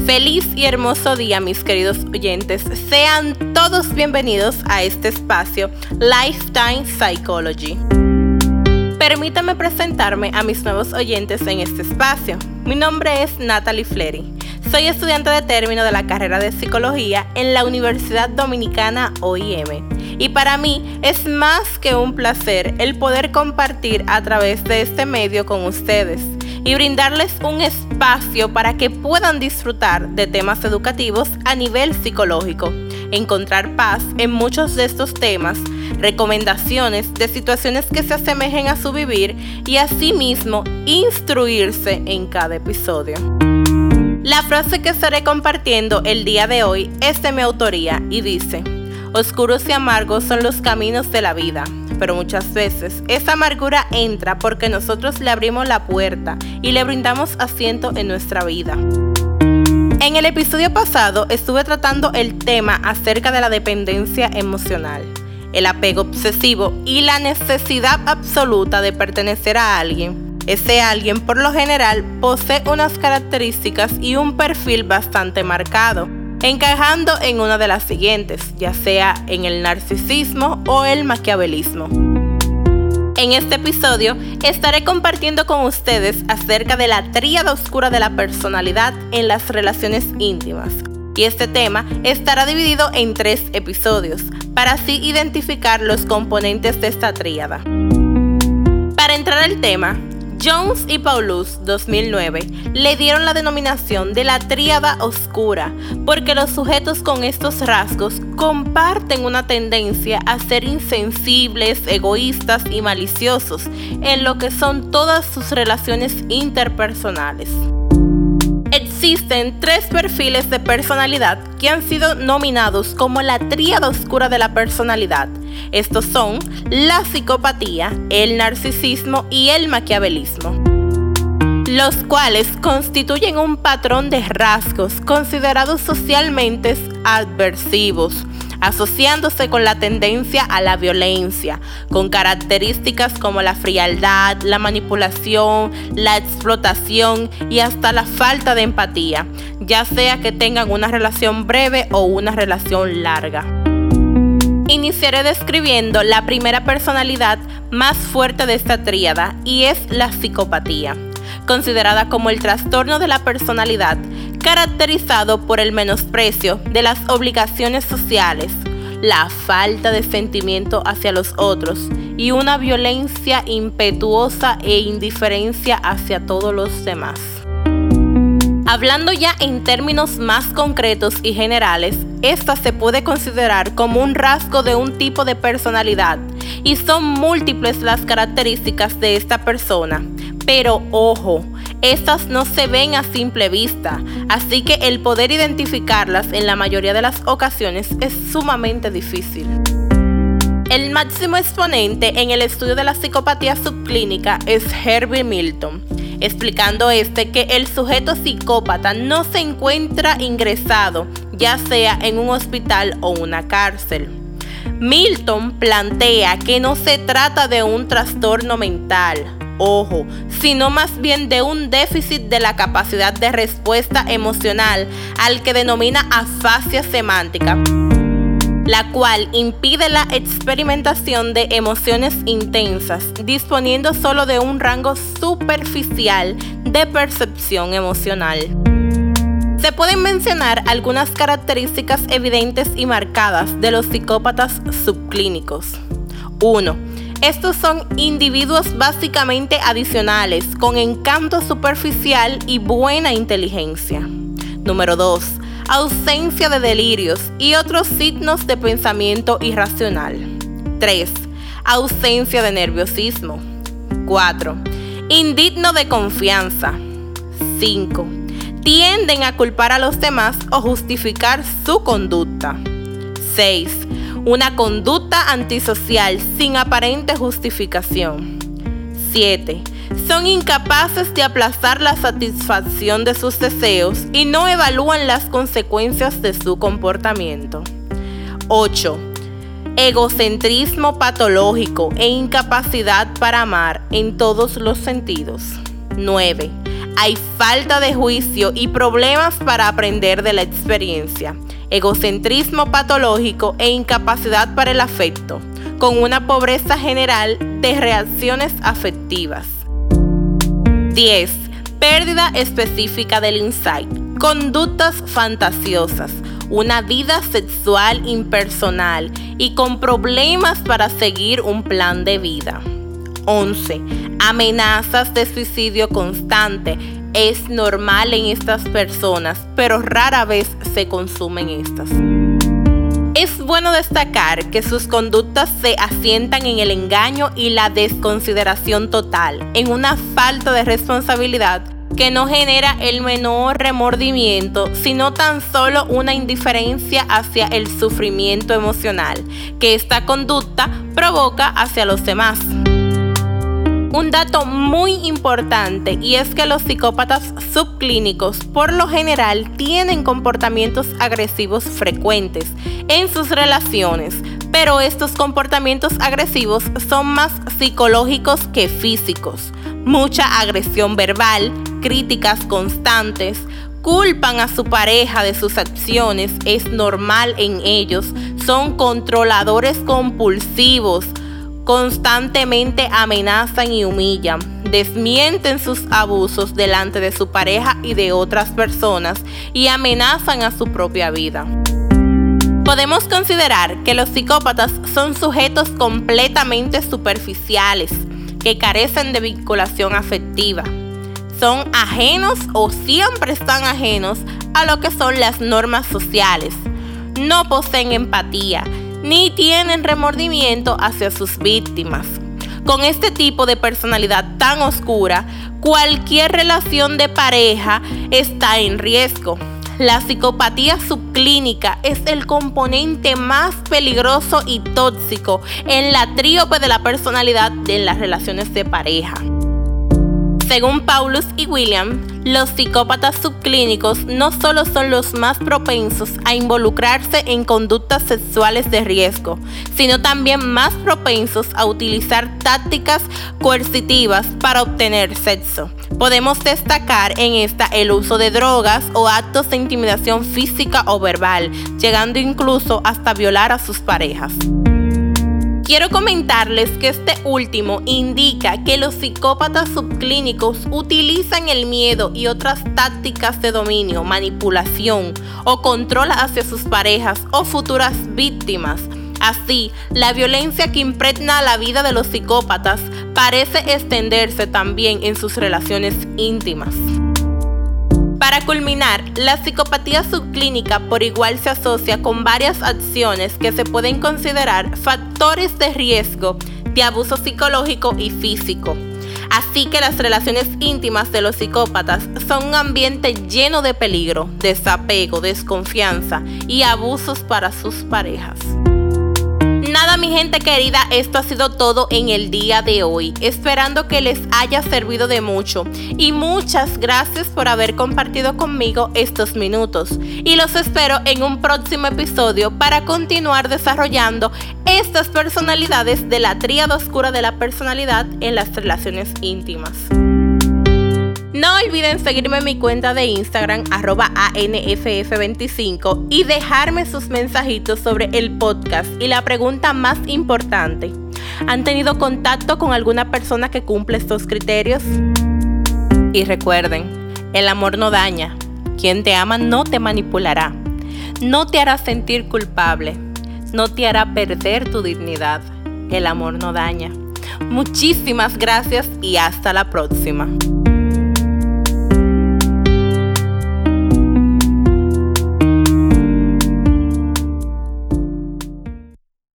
Feliz y hermoso día, mis queridos oyentes. Sean todos bienvenidos a este espacio Lifetime Psychology. Permítanme presentarme a mis nuevos oyentes en este espacio. Mi nombre es Natalie Flery. Soy estudiante de término de la carrera de Psicología en la Universidad Dominicana OIM. Y para mí es más que un placer el poder compartir a través de este medio con ustedes y brindarles un espacio para que puedan disfrutar de temas educativos a nivel psicológico, encontrar paz en muchos de estos temas, recomendaciones de situaciones que se asemejen a su vivir y asimismo instruirse en cada episodio. La frase que estaré compartiendo el día de hoy es de mi autoría y dice: oscuros y amargos son los caminos de la vida, pero muchas veces esa amargura entra porque nosotros le abrimos la puerta y le brindamos asiento en nuestra vida. En el episodio pasado estuve tratando el tema acerca de la dependencia emocional, el apego obsesivo y la necesidad absoluta de pertenecer a alguien. Ese alguien, por lo general, posee unas características y un perfil bastante marcado, encajando en una de las siguientes, ya sea en el narcisismo o el maquiavelismo. En este episodio estaré compartiendo con ustedes acerca de la tríada oscura de la personalidad en las relaciones íntimas. Y este tema estará dividido en 3 episodios, para así identificar los componentes de esta tríada. Para entrar al tema, Jones y Paulus, 2009, le dieron la denominación de la tríada oscura porque los sujetos con estos rasgos comparten una tendencia a ser insensibles, egoístas y maliciosos en lo que son todas sus relaciones interpersonales. Existen 3 perfiles de personalidad que han sido nominados como la tríada oscura de la personalidad. Estos son la psicopatía, el narcisismo y el maquiavelismo, los cuales constituyen un patrón de rasgos considerados socialmente adversivos, asociándose con la tendencia a la violencia, con características como la frialdad, la manipulación, la explotación y hasta la falta de empatía, ya sea que tengan una relación breve o una relación larga. Iniciaré describiendo la primera personalidad más fuerte de esta tríada y es la psicopatía, considerada como el trastorno de la personalidad, caracterizado por el menosprecio de las obligaciones sociales, la falta de sentimiento hacia los otros y una violencia impetuosa e indiferencia hacia todos los demás. Hablando ya en términos más concretos y generales, esta se puede considerar como un rasgo de un tipo de personalidad y son múltiples las características de esta persona. Pero ojo, estas no se ven a simple vista, así que el poder identificarlas en la mayoría de las ocasiones es sumamente difícil. El máximo exponente en el estudio de la psicopatía subclínica es Herbert Milton, explicando que el sujeto psicópata no se encuentra ingresado, ya sea en un hospital o una cárcel. Milton plantea que no se trata de un trastorno mental, ojo, sino más bien de un déficit de la capacidad de respuesta emocional al que denomina afasia semántica, la cual impide la experimentación de emociones intensas, disponiendo solo de un rango superficial de percepción emocional. Se pueden mencionar algunas características evidentes y marcadas de los psicópatas subclínicos. 1. Estos son individuos básicamente adicionales, con encanto superficial y buena inteligencia. Número 2. Ausencia de delirios y otros signos de pensamiento irracional. 3. Ausencia de nerviosismo. 4. Indigno de confianza. 5. Tienden a culpar a los demás o justificar su conducta. 6. Una conducta antisocial sin aparente justificación. 7. Son incapaces de aplazar la satisfacción de sus deseos y no evalúan las consecuencias de su comportamiento. 8. Egocentrismo patológico e incapacidad para amar en todos los sentidos. 9. Hay falta de juicio y problemas para aprender de la experiencia, egocentrismo patológico e incapacidad para el afecto, con una pobreza general de reacciones afectivas. 10. Pérdida específica del insight, conductas fantasiosas, una vida sexual impersonal y con problemas para seguir un plan de vida. 11. Amenazas de suicidio constante. Es normal en estas personas, pero rara vez se consumen estas. Es bueno destacar que sus conductas se asientan en el engaño y la desconsideración total, en una falta de responsabilidad que no genera el menor remordimiento, sino tan solo una indiferencia hacia el sufrimiento emocional que esta conducta provoca hacia los demás. Un dato muy importante y es que los psicópatas subclínicos por lo general tienen comportamientos agresivos frecuentes en sus relaciones, pero estos comportamientos agresivos son más psicológicos que físicos. Mucha agresión verbal, críticas constantes, culpan a su pareja de sus acciones, es normal en ellos, son controladores compulsivos, constantemente amenazan y humillan, desmienten sus abusos delante de su pareja y de otras personas y amenazan a su propia vida. Podemos considerar que los psicópatas son sujetos completamente superficiales, que carecen de vinculación afectiva. Son ajenos o siempre están ajenos a lo que son las normas sociales. No poseen empatía, ni tienen remordimiento hacia sus víctimas. Con este tipo de personalidad tan oscura, cualquier relación de pareja está en riesgo. La psicopatía subclínica es el componente más peligroso y tóxico en la tríope de la personalidad de las relaciones de pareja. Según Paulus y William, los psicópatas subclínicos no solo son los más propensos a involucrarse en conductas sexuales de riesgo, sino también más propensos a utilizar tácticas coercitivas para obtener sexo. Podemos destacar en esta el uso de drogas o actos de intimidación física o verbal, llegando incluso hasta violar a sus parejas. Quiero comentarles que este último indica que los psicópatas subclínicos utilizan el miedo y otras tácticas de dominio, manipulación o control hacia sus parejas o futuras víctimas. Así, la violencia que impregna la vida de los psicópatas parece extenderse también en sus relaciones íntimas. Para culminar, la psicopatía subclínica por igual se asocia con varias acciones que se pueden considerar factores de riesgo de abuso psicológico y físico. Así que las relaciones íntimas de los psicópatas son un ambiente lleno de peligro, desapego, desconfianza y abusos para sus parejas. Nada, mi gente querida, esto ha sido todo en el día de hoy, esperando que les haya servido de mucho y muchas gracias por haber compartido conmigo estos minutos y los espero en un próximo episodio para continuar desarrollando estas personalidades de la tríada oscura de la personalidad en las relaciones íntimas. No olviden seguirme en mi cuenta de Instagram @ANFF25 y dejarme sus mensajitos sobre el podcast y la pregunta más importante: ¿han tenido contacto con alguna persona que cumple estos criterios? Y recuerden, el amor no daña. Quien te ama no te manipulará, no te hará sentir culpable, no te hará perder tu dignidad. El amor no daña. Muchísimas gracias y hasta la próxima.